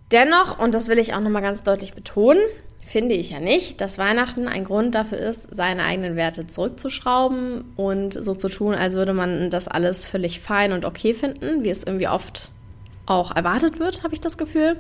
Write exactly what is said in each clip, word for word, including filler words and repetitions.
Dennoch, und das will ich auch nochmal ganz deutlich betonen, finde ich ja nicht, dass Weihnachten ein Grund dafür ist, seine eigenen Werte zurückzuschrauben und so zu tun, als würde man das alles völlig fein und okay finden, wie es irgendwie oft auch erwartet wird, habe ich das Gefühl.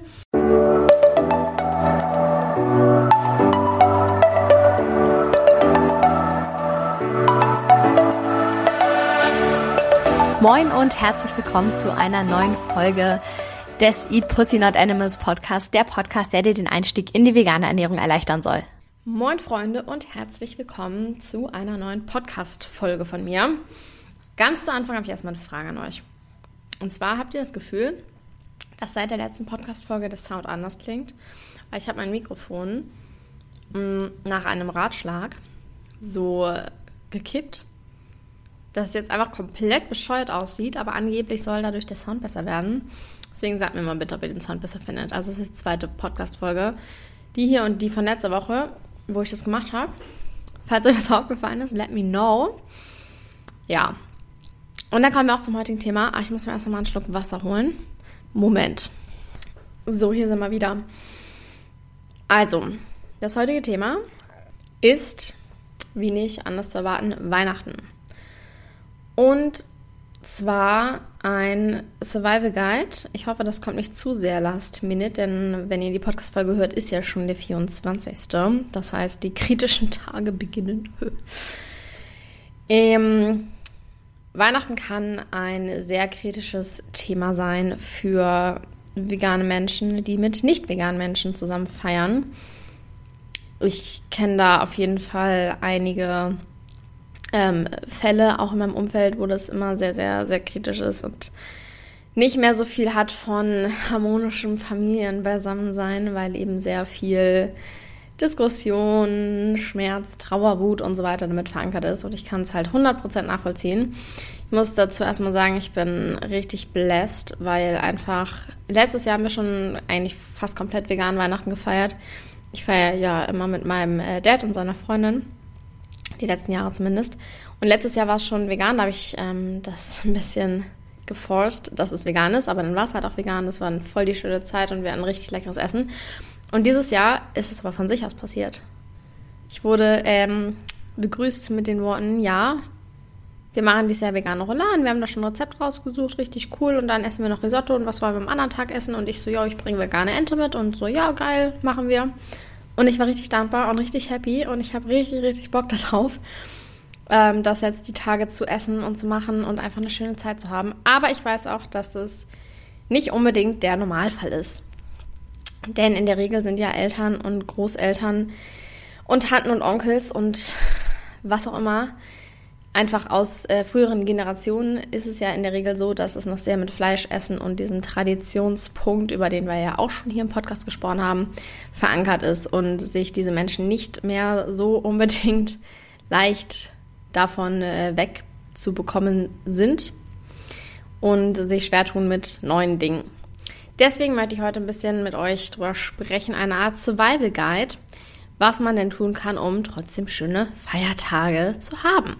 Moin und herzlich willkommen zu einer neuen Folge des Eat Pussy Not Animals Podcast, der Podcast, der dir den Einstieg in die vegane Ernährung erleichtern soll. Moin Freunde und herzlich willkommen zu einer neuen Podcast-Folge von mir. Ganz zu Anfang habe ich erstmal eine Frage an euch. Und zwar habt ihr das Gefühl, dass seit der letzten Podcast-Folge der Sound anders klingt? Weil ich habe mein Mikrofon mh, nach einem Ratschlag so gekippt, dass es jetzt einfach komplett bescheuert aussieht, aber angeblich soll dadurch der Sound besser werden. Deswegen sagt mir mal bitte, ob ihr den Sound besser findet. Also es ist die zweite Podcast-Folge. Die hier und die von letzter Woche, wo ich das gemacht habe. Falls euch was aufgefallen ist, let me know. Ja. Und dann kommen wir auch zum heutigen Thema. Ah, ich muss mir erst mal einen Schluck Wasser holen. Moment. So, hier sind wir wieder. Also, das heutige Thema ist, wie nicht anders zu erwarten, Weihnachten. Und zwar ein Survival Guide. Ich hoffe, das kommt nicht zu sehr last minute, denn wenn ihr die Podcast-Folge hört, ist ja schon der vierundzwanzigste. Das heißt, die kritischen Tage beginnen. ähm, Weihnachten kann ein sehr kritisches Thema sein für vegane Menschen, die mit nicht veganen Menschen zusammen feiern. Ich kenne da auf jeden Fall einige Ähm, Fälle, auch in meinem Umfeld, wo das immer sehr, sehr, sehr kritisch ist und nicht mehr so viel hat von harmonischem Familienbeisammensein, weil eben sehr viel Diskussion, Schmerz, Trauer, Wut und so weiter damit verankert ist und ich kann es halt hundert Prozent nachvollziehen. Ich muss dazu erstmal sagen, ich bin richtig blessed, weil einfach letztes Jahr haben wir schon eigentlich fast komplett vegan Weihnachten gefeiert. Ich feiere ja immer mit meinem Dad und seiner Freundin. Die letzten Jahre zumindest. Und letztes Jahr war es schon vegan, da habe ich ähm, das ein bisschen geforst, dass es vegan ist, aber dann war es halt auch vegan. Das war voll die schöne Zeit und wir hatten richtig leckeres Essen. Und dieses Jahr ist es aber von sich aus passiert. Ich wurde ähm, begrüßt mit den Worten, ja, wir machen dieses Jahr vegane Rouladen, wir haben da schon ein Rezept rausgesucht, richtig cool. Und dann essen wir noch Risotto und was wollen wir am anderen Tag essen? Und ich so, ja, ich bringe vegane Ente mit und so, ja, geil, machen wir. Und ich war richtig dankbar und richtig happy und ich habe richtig, richtig Bock darauf, ähm, das jetzt die Tage zu essen und zu machen und einfach eine schöne Zeit zu haben. Aber ich weiß auch, dass es nicht unbedingt der Normalfall ist. Denn in der Regel sind ja Eltern und Großeltern und Tanten und Onkels und was auch immer, einfach aus äh, früheren Generationen ist es ja in der Regel so, dass es noch sehr mit Fleischessen und diesem Traditionspunkt, über den wir ja auch schon hier im Podcast gesprochen haben, verankert ist und sich diese Menschen nicht mehr so unbedingt leicht davon äh, wegzubekommen sind und sich schwer tun mit neuen Dingen. Deswegen möchte ich heute ein bisschen mit euch drüber sprechen, eine Art Survival Guide, was man denn tun kann, um trotzdem schöne Feiertage zu haben.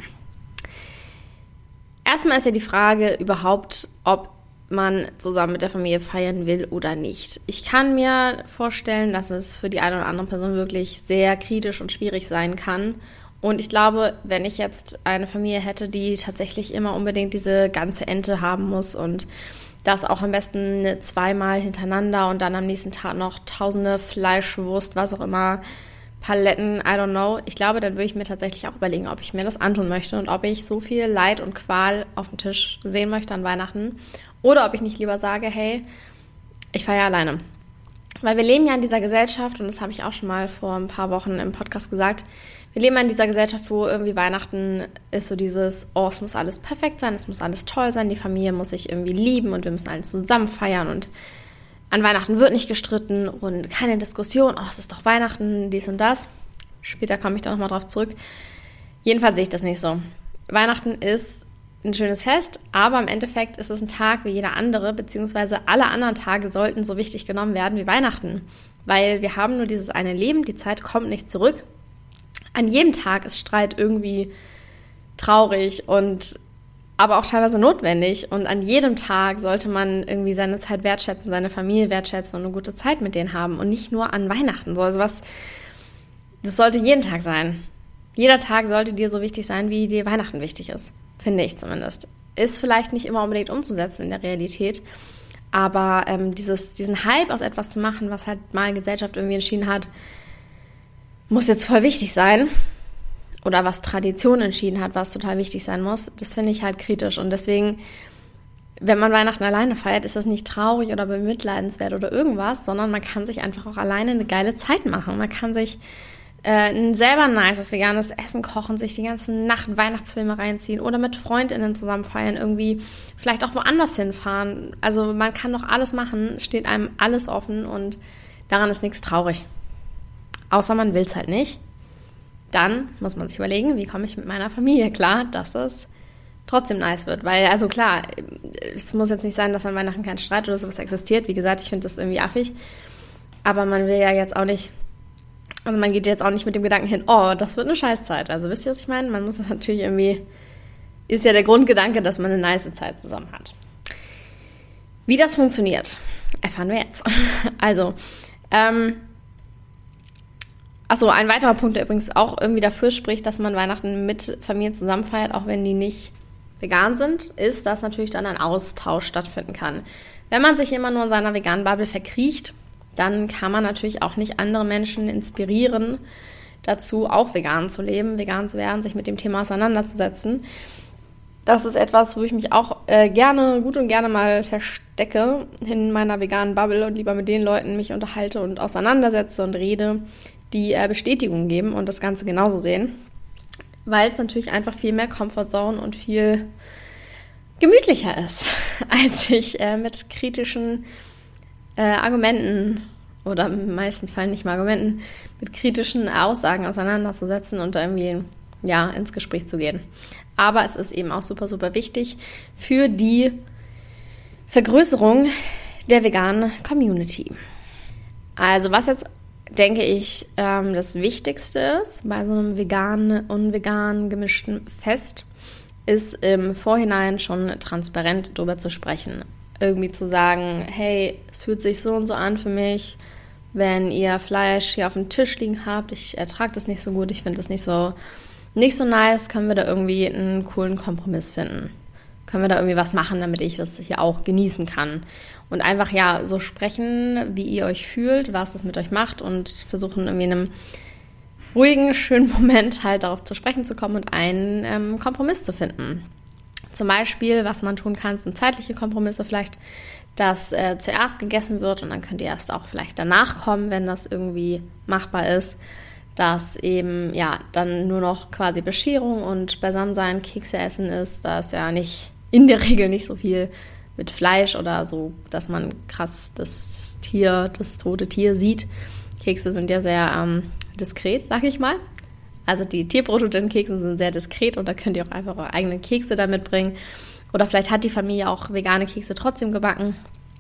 Erstmal ist ja die Frage überhaupt, ob man zusammen mit der Familie feiern will oder nicht. Ich kann mir vorstellen, dass es für die eine oder andere Person wirklich sehr kritisch und schwierig sein kann. Und ich glaube, wenn ich jetzt eine Familie hätte, die tatsächlich immer unbedingt diese ganze Ente haben muss und das auch am besten zweimal hintereinander und dann am nächsten Tag noch tausende Fleischwurst, was auch immer, Paletten, I don't know. Ich glaube, dann würde ich mir tatsächlich auch überlegen, ob ich mir das antun möchte und ob ich so viel Leid und Qual auf dem Tisch sehen möchte an Weihnachten oder ob ich nicht lieber sage, hey, ich feiere alleine. Weil wir leben ja in dieser Gesellschaft und das habe ich auch schon mal vor ein paar Wochen im Podcast gesagt, wir leben ja in dieser Gesellschaft, wo irgendwie Weihnachten ist so dieses, oh, es muss alles perfekt sein, es muss alles toll sein, die Familie muss sich irgendwie lieben und wir müssen alles zusammen feiern und an Weihnachten wird nicht gestritten und keine Diskussion, oh, es ist doch Weihnachten, dies und das. Später komme ich da nochmal drauf zurück. Jedenfalls sehe ich das nicht so. Weihnachten ist ein schönes Fest, aber im Endeffekt ist es ein Tag wie jeder andere, beziehungsweise alle anderen Tage sollten so wichtig genommen werden wie Weihnachten. Weil wir haben nur dieses eine Leben, die Zeit kommt nicht zurück. An jedem Tag ist Streit irgendwie traurig und aber auch teilweise notwendig. Und an jedem Tag sollte man irgendwie seine Zeit wertschätzen, seine Familie wertschätzen und eine gute Zeit mit denen haben und nicht nur an Weihnachten. So, also was, das sollte jeden Tag sein. Jeder Tag sollte dir so wichtig sein, wie dir Weihnachten wichtig ist, finde ich zumindest. Ist vielleicht nicht immer unbedingt umzusetzen in der Realität, aber ähm, dieses, diesen Hype aus etwas zu machen, was halt mal Gesellschaft irgendwie entschieden hat, muss jetzt voll wichtig sein. Oder was Tradition entschieden hat, was total wichtig sein muss, das finde ich halt kritisch. Und deswegen, wenn man Weihnachten alleine feiert, ist das nicht traurig oder bemitleidenswert oder irgendwas, sondern man kann sich einfach auch alleine eine geile Zeit machen. Man kann sich äh, ein selber nices veganes Essen kochen, sich die ganze Nacht Weihnachtsfilme reinziehen oder mit FreundInnen zusammen feiern, irgendwie vielleicht auch woanders hinfahren. Also man kann doch alles machen, steht einem alles offen und daran ist nichts traurig. Außer man will es halt nicht. Dann muss man sich überlegen, wie komme ich mit meiner Familie klar, dass es trotzdem nice wird. Weil, also klar, es muss jetzt nicht sein, dass an Weihnachten kein Streit oder sowas existiert. Wie gesagt, ich finde das irgendwie affig. Aber man will ja jetzt auch nicht, also man geht jetzt auch nicht mit dem Gedanken hin, oh, das wird eine Scheißzeit. Also wisst ihr, was ich meine? Man muss natürlich irgendwie, ist ja der Grundgedanke, dass man eine nice Zeit zusammen hat. Wie das funktioniert, erfahren wir jetzt. Also, ähm, Achso, ein weiterer Punkt, der übrigens auch irgendwie dafür spricht, dass man Weihnachten mit Familien zusammen feiert, auch wenn die nicht vegan sind, ist, dass natürlich dann ein Austausch stattfinden kann. Wenn man sich immer nur in seiner veganen Bubble verkriecht, dann kann man natürlich auch nicht andere Menschen inspirieren, dazu auch vegan zu leben, vegan zu werden, sich mit dem Thema auseinanderzusetzen. Das ist etwas, wo ich mich auch äh, gerne, gut und gerne mal verstecke in meiner veganen Bubble und lieber mit den Leuten mich unterhalte und auseinandersetze und rede, die äh, Bestätigung geben und das Ganze genauso sehen, weil es natürlich einfach viel mehr Comfortzone und viel gemütlicher ist, als sich äh, mit kritischen äh, Argumenten oder im meisten Fall nicht mal Argumenten, mit kritischen Aussagen auseinanderzusetzen und da irgendwie ja, ins Gespräch zu gehen. Aber es ist eben auch super, super wichtig für die Vergrößerung der veganen Community. Also was jetzt denke ich, ähm, das Wichtigste ist bei so einem vegan, unvegan gemischten Fest, ist im Vorhinein schon transparent darüber zu sprechen. Irgendwie zu sagen, hey, es fühlt sich so und so an für mich, wenn ihr Fleisch hier auf dem Tisch liegen habt, ich ertrage das nicht so gut, ich finde das nicht so, nicht so nice, können wir da irgendwie einen coolen Kompromiss finden? Können wir da irgendwie was machen, damit ich das hier auch genießen kann? Und einfach, ja, so sprechen, wie ihr euch fühlt, was das mit euch macht und versuchen irgendwie in einem ruhigen, schönen Moment halt darauf zu sprechen zu kommen und einen ähm, Kompromiss zu finden. Zum Beispiel, was man tun kann, sind zeitliche Kompromisse vielleicht, dass äh, zuerst gegessen wird und dann könnt ihr erst auch vielleicht danach kommen, wenn das irgendwie machbar ist. Dass eben, ja, dann nur noch quasi Bescherung und Beisammensein, Kekse essen ist, da ist ja nicht, in der Regel nicht so viel mit Fleisch oder so, dass man krass das Tier, das tote Tier sieht. Kekse sind ja sehr ähm, diskret, sag ich mal. Also die Tierprodukte in Keksen sind sehr diskret und da könnt ihr auch einfach eure eigenen Kekse da mitbringen. Oder vielleicht hat die Familie auch vegane Kekse trotzdem gebacken.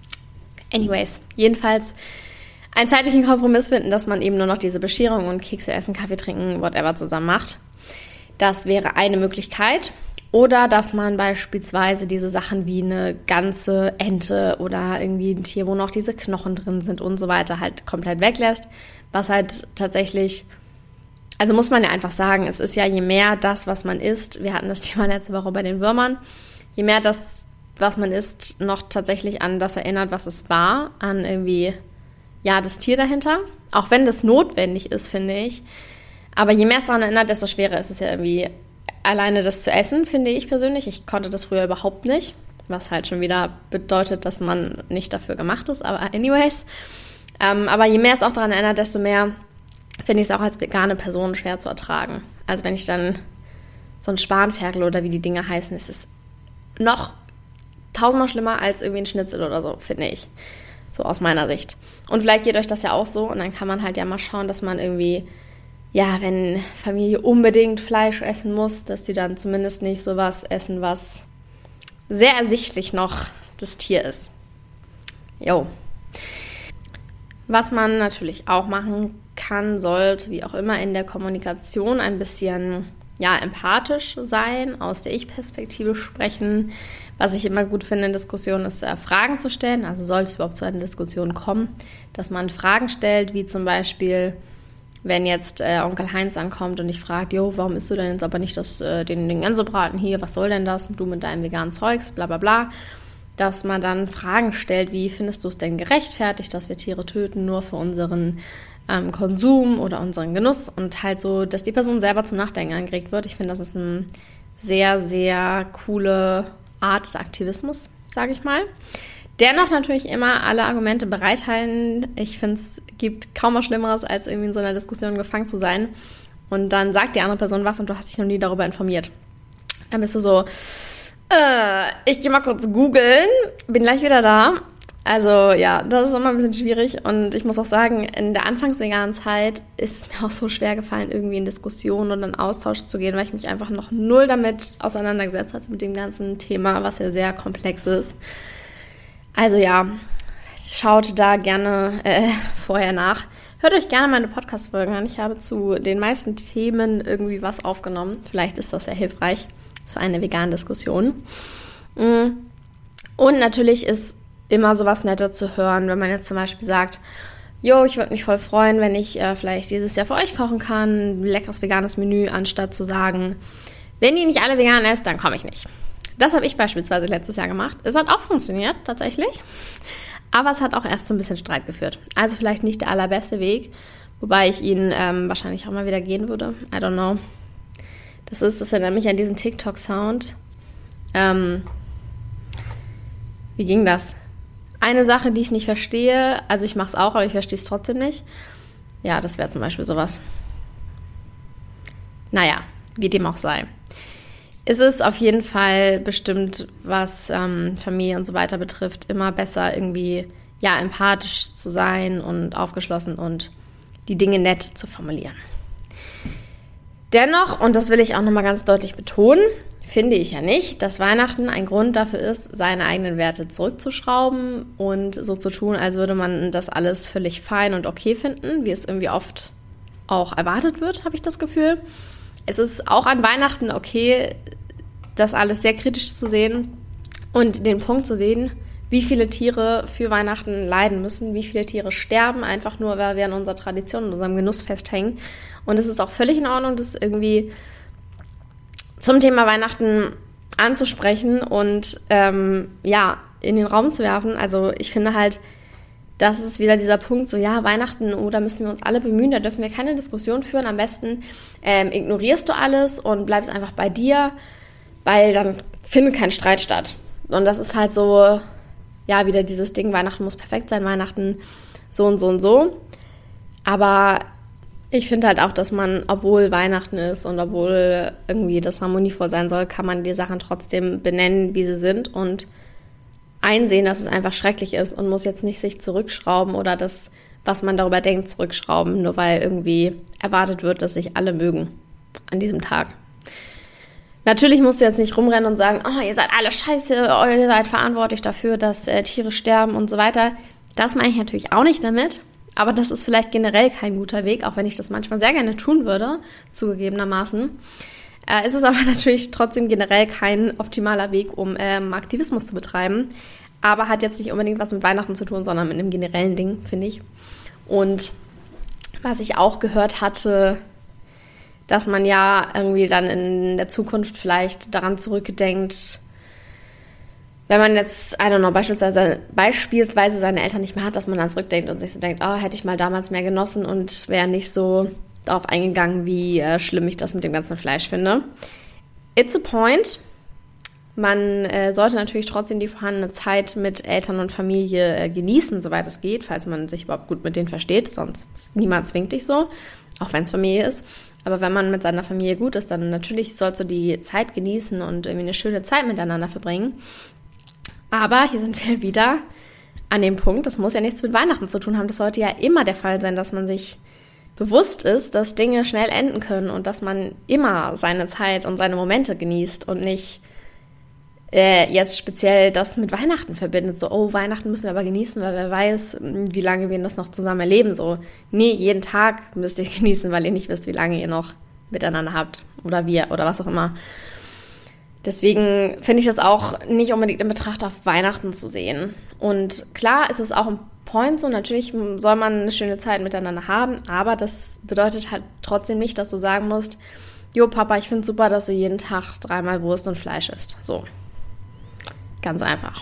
Anyways, jedenfalls einen zeitlichen Kompromiss finden, dass man eben nur noch diese Bescherung und Kekse essen, Kaffee trinken, whatever zusammen macht. Das wäre eine Möglichkeit. Oder dass man beispielsweise diese Sachen wie eine ganze Ente oder irgendwie ein Tier, wo noch diese Knochen drin sind und so weiter, halt komplett weglässt. Was halt tatsächlich, also muss man ja einfach sagen, es ist ja je mehr das, was man isst, wir hatten das Thema letzte Woche bei den Würmern, je mehr das, was man isst, noch tatsächlich an das erinnert, was es war, an irgendwie, ja, das Tier dahinter. Auch wenn das notwendig ist, finde ich. Aber je mehr es daran erinnert, desto schwerer ist es ja irgendwie, alleine das zu essen, finde ich persönlich. Ich konnte das früher überhaupt nicht, was halt schon wieder bedeutet, dass man nicht dafür gemacht ist, aber anyways. Ähm, aber je mehr es auch daran erinnert, desto mehr finde ich es auch als vegane Person schwer zu ertragen. Also wenn ich dann so ein Spanferkel oder wie die Dinge heißen, ist es noch tausendmal schlimmer als irgendwie ein Schnitzel oder so, finde ich. So aus meiner Sicht. Und vielleicht geht euch das ja auch so und dann kann man halt ja mal schauen, dass man irgendwie, ja, wenn Familie unbedingt Fleisch essen muss, dass die dann zumindest nicht sowas essen, was sehr ersichtlich noch das Tier ist. Jo. Was man natürlich auch machen kann, sollte, wie auch immer, in der Kommunikation ein bisschen ja, empathisch sein, aus der Ich-Perspektive sprechen. Was ich immer gut finde in Diskussionen, ist äh, Fragen zu stellen. Also sollte es überhaupt zu einer Diskussion kommen, dass man Fragen stellt, wie zum Beispiel, wenn jetzt äh, Onkel Heinz ankommt und ich frage, jo, warum isst du denn jetzt aber nicht das, äh, den, den Gänsebraten hier, was soll denn das, du mit deinem veganen Zeugs, bla bla bla. Dass man dann Fragen stellt, wie findest du es denn gerechtfertigt, dass wir Tiere töten, nur für unseren ähm, Konsum oder unseren Genuss und halt so, dass die Person selber zum Nachdenken angeregt wird. Ich finde, das ist eine sehr, sehr coole Art des Aktivismus, sage ich mal. Dennoch natürlich immer alle Argumente bereithalten. Ich finde, es gibt kaum was Schlimmeres, als irgendwie in so einer Diskussion gefangen zu sein und dann sagt die andere Person was und du hast dich noch nie darüber informiert. Dann bist du so, äh, ich gehe mal kurz googeln, bin gleich wieder da. Also ja, das ist immer ein bisschen schwierig und ich muss auch sagen, in der anfangsveganen Zeit ist es mir auch so schwer gefallen, irgendwie in Diskussionen und in Austausch zu gehen, weil ich mich einfach noch null damit auseinandergesetzt hatte mit dem ganzen Thema, was ja sehr komplex ist. Also ja, schaut da gerne äh, vorher nach. Hört euch gerne meine Podcast-Folgen an. Ich habe zu den meisten Themen irgendwie was aufgenommen. Vielleicht ist das sehr hilfreich für eine vegane Diskussion. Und natürlich ist immer sowas Netter zu hören, wenn man jetzt zum Beispiel sagt, jo, ich würde mich voll freuen, wenn ich äh, vielleicht dieses Jahr für euch kochen kann, ein leckeres veganes Menü, anstatt zu sagen, wenn ihr nicht alle vegan esst, dann komme ich nicht. Das habe ich beispielsweise letztes Jahr gemacht. Es hat auch funktioniert, tatsächlich. Aber es hat auch erst zu ein bisschen Streit geführt. Also vielleicht nicht der allerbeste Weg, wobei ich ihn ähm, wahrscheinlich auch mal wieder gehen würde. I don't know. Das ist, das erinnert mich an diesen TikTok-Sound. Ähm, wie ging das? Eine Sache, die ich nicht verstehe, also ich mache es auch, aber ich verstehe es trotzdem nicht. Ja, das wäre zum Beispiel sowas. Naja, wie dem auch sei. Es ist auf jeden Fall bestimmt, was ähm, Familie und so weiter betrifft, immer besser irgendwie ja empathisch zu sein und aufgeschlossen und die Dinge nett zu formulieren. Dennoch, und das will ich auch nochmal ganz deutlich betonen, finde ich ja nicht, dass Weihnachten ein Grund dafür ist, seine eigenen Werte zurückzuschrauben und so zu tun, als würde man das alles völlig fein und okay finden, wie es irgendwie oft auch erwartet wird, habe ich das Gefühl. Es ist auch an Weihnachten okay, das alles sehr kritisch zu sehen und den Punkt zu sehen, wie viele Tiere für Weihnachten leiden müssen, wie viele Tiere sterben, einfach nur, weil wir an unserer Tradition und unserem Genuss festhängen. Und es ist auch völlig in Ordnung, das irgendwie zum Thema Weihnachten anzusprechen und ähm, ja, in den Raum zu werfen. Also ich finde halt, das ist wieder dieser Punkt, so ja, Weihnachten, oh, da müssen wir uns alle bemühen, da dürfen wir keine Diskussion führen. Am besten ähm, ignorierst du alles und bleibst einfach bei dir, weil dann findet kein Streit statt. Und das ist halt so, ja, wieder dieses Ding, Weihnachten muss perfekt sein, Weihnachten so und so und so. Aber ich finde halt auch, dass man, obwohl Weihnachten ist und obwohl irgendwie das harmonievoll sein soll, kann man die Sachen trotzdem benennen, wie sie sind und einsehen, dass es einfach schrecklich ist und muss jetzt nicht sich zurückschrauben oder das, was man darüber denkt, zurückschrauben, nur weil irgendwie erwartet wird, dass sich alle mögen an diesem Tag. Natürlich musst du jetzt nicht rumrennen und sagen, oh, ihr seid alle scheiße, ihr seid verantwortlich dafür, dass äh, Tiere sterben und so weiter. Das meine ich natürlich auch nicht damit, aber das ist vielleicht generell kein guter Weg, auch wenn ich das manchmal sehr gerne tun würde, zugegebenermaßen. Äh, ist es aber natürlich trotzdem generell kein optimaler Weg, um ähm, Aktivismus zu betreiben, aber hat jetzt nicht unbedingt was mit Weihnachten zu tun, sondern mit einem generellen Ding, finde ich. Und was ich auch gehört hatte, dass man ja irgendwie dann in der Zukunft vielleicht daran zurückdenkt, wenn man jetzt, I don't know, beispielsweise, beispielsweise seine Eltern nicht mehr hat, dass man dann zurückdenkt und sich so denkt, oh, hätte ich mal damals mehr genossen und wäre nicht so darauf eingegangen, wie äh, schlimm ich das mit dem ganzen Fleisch finde. It's a point. Man äh, sollte natürlich trotzdem die vorhandene Zeit mit Eltern und Familie äh, genießen, soweit es geht, falls man sich überhaupt gut mit denen versteht, sonst niemand zwingt dich so, auch wenn es Familie ist. Aber wenn man mit seiner Familie gut ist, dann natürlich sollst du die Zeit genießen und irgendwie eine schöne Zeit miteinander verbringen. Aber hier sind wir wieder an dem Punkt, das muss ja nichts mit Weihnachten zu tun haben. Das sollte ja immer der Fall sein, dass man sich bewusst ist, dass Dinge schnell enden können und dass man immer seine Zeit und seine Momente genießt und nicht äh, jetzt speziell das mit Weihnachten verbindet. So, oh, Weihnachten müssen wir aber genießen, weil wer weiß, wie lange wir das noch zusammen erleben. So, nee, jeden Tag müsst ihr genießen, weil ihr nicht wisst, wie lange ihr noch miteinander habt oder wir oder was auch immer. Deswegen finde ich das auch nicht unbedingt in Betracht auf Weihnachten zu sehen. Und klar ist es auch ein Point so, natürlich soll man eine schöne Zeit miteinander haben, aber das bedeutet halt trotzdem nicht, dass du sagen musst, jo Papa, ich finde es super, dass du jeden Tag dreimal Wurst und Fleisch isst. So, ganz einfach.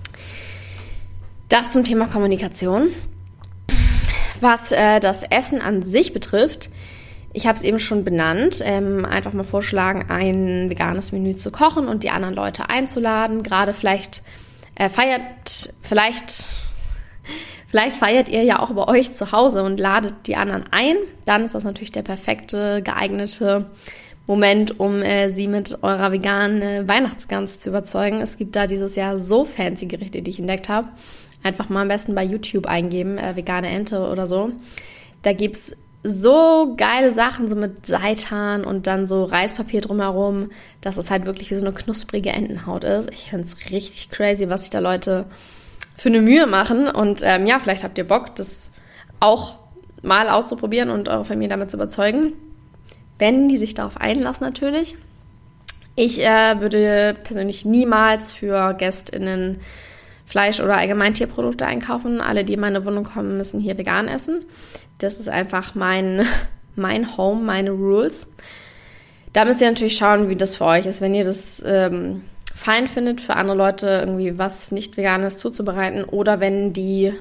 Das zum Thema Kommunikation. Was äh, das Essen an sich betrifft, ich habe es eben schon benannt, ähm, einfach mal vorschlagen, ein veganes Menü zu kochen und die anderen Leute einzuladen. Gerade vielleicht äh, feiert, vielleicht, vielleicht feiert ihr ja auch bei euch zu Hause und ladet die anderen ein. Dann ist das natürlich der perfekte, geeignete Moment, um äh, sie mit eurer veganen äh, Weihnachtsgans zu überzeugen. Es gibt da dieses Jahr so fancy Gerichte, die ich entdeckt habe. Einfach mal am besten bei YouTube eingeben, äh, vegane Ente oder so. Da gibt's so geile Sachen, so mit Seitan und dann so Reispapier drumherum, dass es halt wirklich wie so eine knusprige Entenhaut ist. Ich finde es richtig crazy, was sich da Leute für eine Mühe machen. Und ähm, ja, vielleicht habt ihr Bock, das auch mal auszuprobieren und eure Familie damit zu überzeugen. Wenn die sich darauf einlassen natürlich. Ich äh, würde persönlich niemals für GästInnen Fleisch- oder allgemein Tierprodukte einkaufen. Alle, die in meine Wohnung kommen, müssen hier vegan essen. Das ist einfach mein, mein Home, meine Rules. Da müsst ihr natürlich schauen, wie das für euch ist. Wenn ihr das ähm, fein findet, für andere Leute irgendwie was nicht Veganes zuzubereiten oder wenn die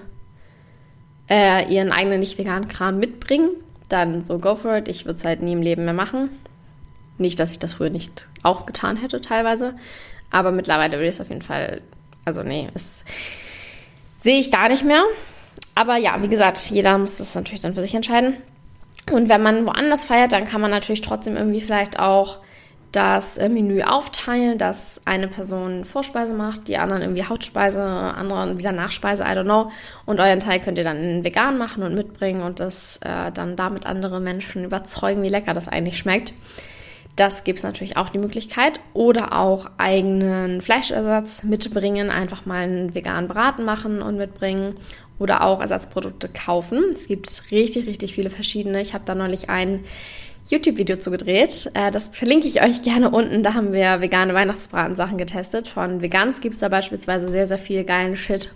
äh, ihren eigenen nicht veganen Kram mitbringen, dann so go for it. Ich würde es halt nie im Leben mehr machen. Nicht, dass ich das früher nicht auch getan hätte teilweise, aber mittlerweile würde ich es auf jeden Fall, also nee, es sehe ich gar nicht mehr. Aber ja, wie gesagt, jeder muss das natürlich dann für sich entscheiden. Und wenn man woanders feiert, dann kann man natürlich trotzdem irgendwie vielleicht auch das Menü aufteilen, dass eine Person Vorspeise macht, die anderen irgendwie Hauptspeise, anderen wieder Nachspeise, I don't know. Und euren Teil könnt ihr dann vegan machen und mitbringen und das äh, dann damit andere Menschen überzeugen, wie lecker das eigentlich schmeckt. Das gibt es natürlich auch die Möglichkeit. Oder auch eigenen Fleischersatz mitbringen, einfach mal einen veganen Braten machen und mitbringen. Oder auch Ersatzprodukte kaufen. Es gibt richtig, richtig viele verschiedene. Ich habe da neulich ein YouTube-Video zu gedreht. Das verlinke ich euch gerne unten. Da haben wir vegane Weihnachtsbratensachen getestet. Von Vegans gibt es da beispielsweise sehr, sehr viel geilen Shit.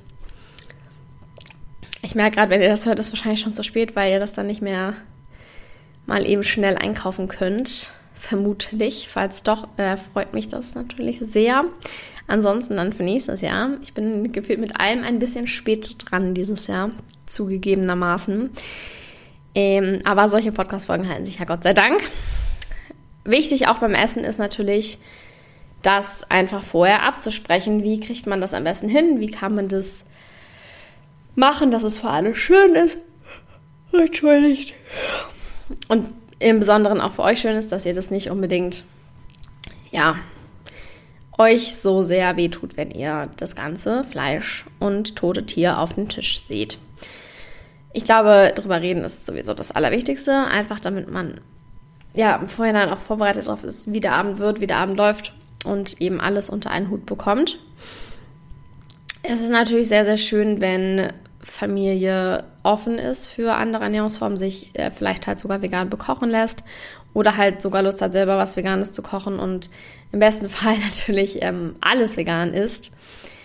Ich merke gerade, wenn ihr das hört, ist wahrscheinlich schon zu spät, weil ihr das dann nicht mehr mal eben schnell einkaufen könnt. Vermutlich. Falls doch, äh, freut mich das natürlich sehr. Ansonsten dann für nächstes Jahr. Ich bin gefühlt mit allem ein bisschen spät dran dieses Jahr, zugegebenermaßen. Ähm, aber solche Podcast-Folgen halten sich ja Gott sei Dank. Wichtig auch beim Essen ist natürlich, das einfach vorher abzusprechen. Wie kriegt man das am besten hin? Wie kann man das machen, dass es für alle schön ist? Entschuldigt. Und im Besonderen auch für euch schön ist, dass ihr das nicht unbedingt, ja, euch so sehr wehtut, wenn ihr das ganze Fleisch und tote Tier auf dem Tisch seht. Ich glaube, drüber reden ist sowieso das Allerwichtigste, einfach damit man ja im Vorhinein auch vorbereitet darauf ist, wie der Abend wird, wie der Abend läuft und eben alles unter einen Hut bekommt. Es ist natürlich sehr, sehr schön, wenn Familie offen ist für andere Ernährungsformen, sich äh, vielleicht halt sogar vegan bekochen lässt oder halt sogar Lust hat, selber was Veganes zu kochen und im besten Fall natürlich ähm, alles vegan ist.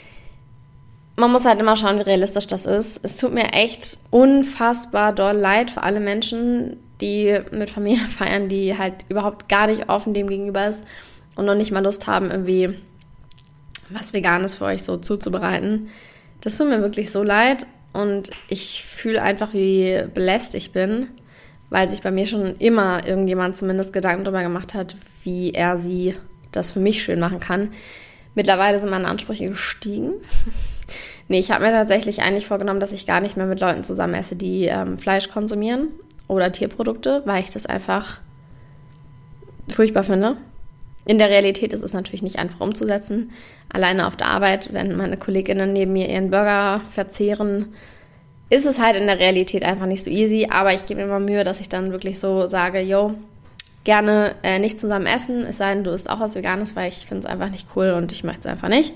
Man muss halt immer schauen, wie realistisch das ist. Es tut mir echt unfassbar doll leid für alle Menschen, die mit Familie feiern, die halt überhaupt gar nicht offen dem gegenüber ist und noch nicht mal Lust haben, irgendwie was Veganes für euch so zuzubereiten. Das tut mir wirklich so leid und ich fühle einfach, wie belässt ich bin, weil sich bei mir schon immer irgendjemand zumindest Gedanken darüber gemacht hat, wie er sie das für mich schön machen kann. Mittlerweile sind meine Ansprüche gestiegen. Nee, ich habe mir tatsächlich eigentlich vorgenommen, dass ich gar nicht mehr mit Leuten zusammen esse, die ähm, Fleisch konsumieren oder Tierprodukte, weil ich das einfach furchtbar finde. In der Realität ist es natürlich nicht einfach umzusetzen. Alleine auf der Arbeit, wenn meine KollegInnen neben mir ihren Burger verzehren, ist es halt in der Realität einfach nicht so easy. Aber ich gebe mir immer Mühe, dass ich dann wirklich so sage, yo, gerne äh, nicht zusammen essen, es sei denn, du isst auch was Veganes, weil ich finde es einfach nicht cool und ich möchte es einfach nicht.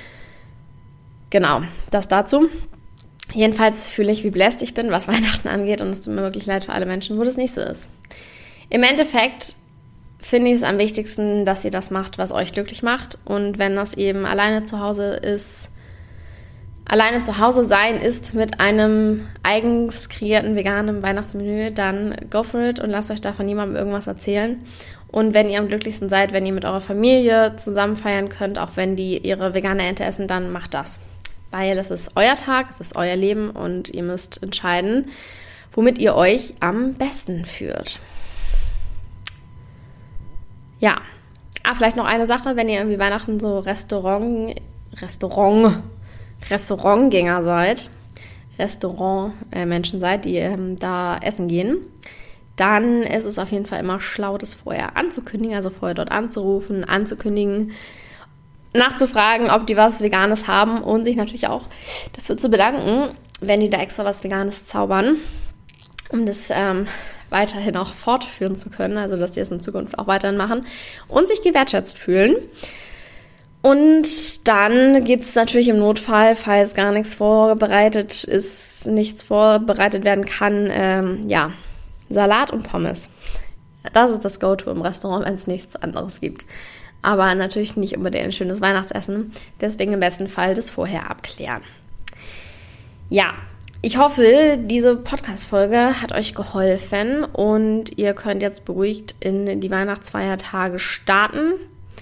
Genau, das dazu. Jedenfalls fühle ich, wie bläst ich bin, was Weihnachten angeht und es tut mir wirklich leid für alle Menschen, wo das nicht so ist. Im Endeffekt finde ich es am wichtigsten, dass ihr das macht, was euch glücklich macht. Und wenn das eben alleine zu Hause ist, alleine zu Hause sein ist mit einem eigens kreierten veganen Weihnachtsmenü, dann go for it und lasst euch da von niemandem irgendwas erzählen. Und wenn ihr am glücklichsten seid, wenn ihr mit eurer Familie zusammen feiern könnt, auch wenn die ihre vegane Ente essen, dann macht das. Weil es ist euer Tag, es ist euer Leben und ihr müsst entscheiden, womit ihr euch am besten fühlt. Ja, ah, vielleicht noch eine Sache, wenn ihr irgendwie Weihnachten so Restaurant, Restaurant, Restaurantgänger seid, Restaurantmenschen seid, die ähm, da essen gehen, dann ist es auf jeden Fall immer schlau, das vorher anzukündigen, also vorher dort anzurufen, anzukündigen, nachzufragen, ob die was Veganes haben und sich natürlich auch dafür zu bedanken, wenn die da extra was Veganes zaubern, um das ähm, weiterhin auch fortführen zu können, also dass die es in Zukunft auch weiterhin machen und sich gewertschätzt fühlen. Und dann gibt es natürlich im Notfall, falls gar nichts vorbereitet ist, nichts vorbereitet werden kann, ähm, ja, Salat und Pommes. Das ist das Go-To im Restaurant, wenn es nichts anderes gibt. Aber natürlich nicht unbedingt ein schönes Weihnachtsessen. Deswegen im besten Fall das vorher abklären. Ja, ich hoffe, diese Podcast-Folge hat euch geholfen und ihr könnt jetzt beruhigt in die Weihnachtsfeiertage starten.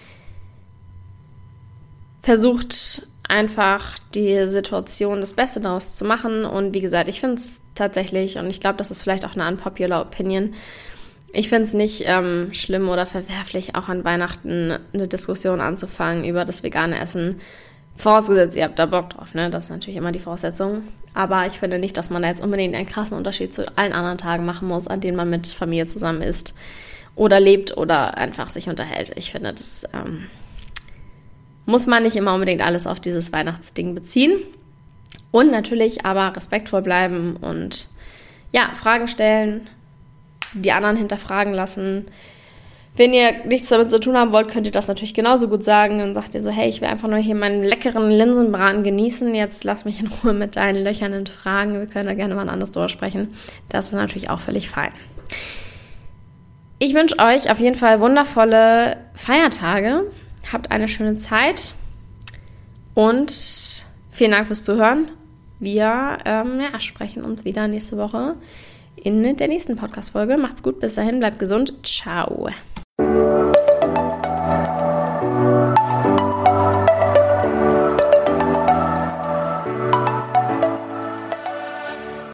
Versucht einfach die Situation das Beste daraus zu machen. Und wie gesagt, ich finde es tatsächlich, und ich glaube, das ist vielleicht auch eine unpopular Opinion, ich finde es nicht ähm, schlimm oder verwerflich, auch an Weihnachten eine Diskussion anzufangen über das vegane Essen. Vorausgesetzt, ihr habt da Bock drauf, ne? Das ist natürlich immer die Voraussetzung. Aber ich finde nicht, dass man da jetzt unbedingt einen krassen Unterschied zu allen anderen Tagen machen muss, an denen man mit Familie zusammen isst oder lebt oder einfach sich unterhält. Ich finde, das ähm, muss man nicht immer unbedingt alles auf dieses Weihnachtsding beziehen. Und natürlich aber respektvoll bleiben und ja, Fragen stellen, die anderen hinterfragen lassen. Wenn ihr nichts damit zu tun haben wollt, könnt ihr das natürlich genauso gut sagen. Dann sagt ihr so, hey, ich will einfach nur hier meinen leckeren Linsenbraten genießen. Jetzt lass mich in Ruhe mit deinen löchernen Fragen. Wir können da gerne mal anders drüber sprechen. Das ist natürlich auch völlig fein. Ich wünsche euch auf jeden Fall wundervolle Feiertage. Habt eine schöne Zeit. Und vielen Dank fürs Zuhören. Wir ähm, ja, sprechen uns wieder nächste Woche in der nächsten Podcast-Folge. Macht's gut, bis dahin, bleibt gesund. Ciao.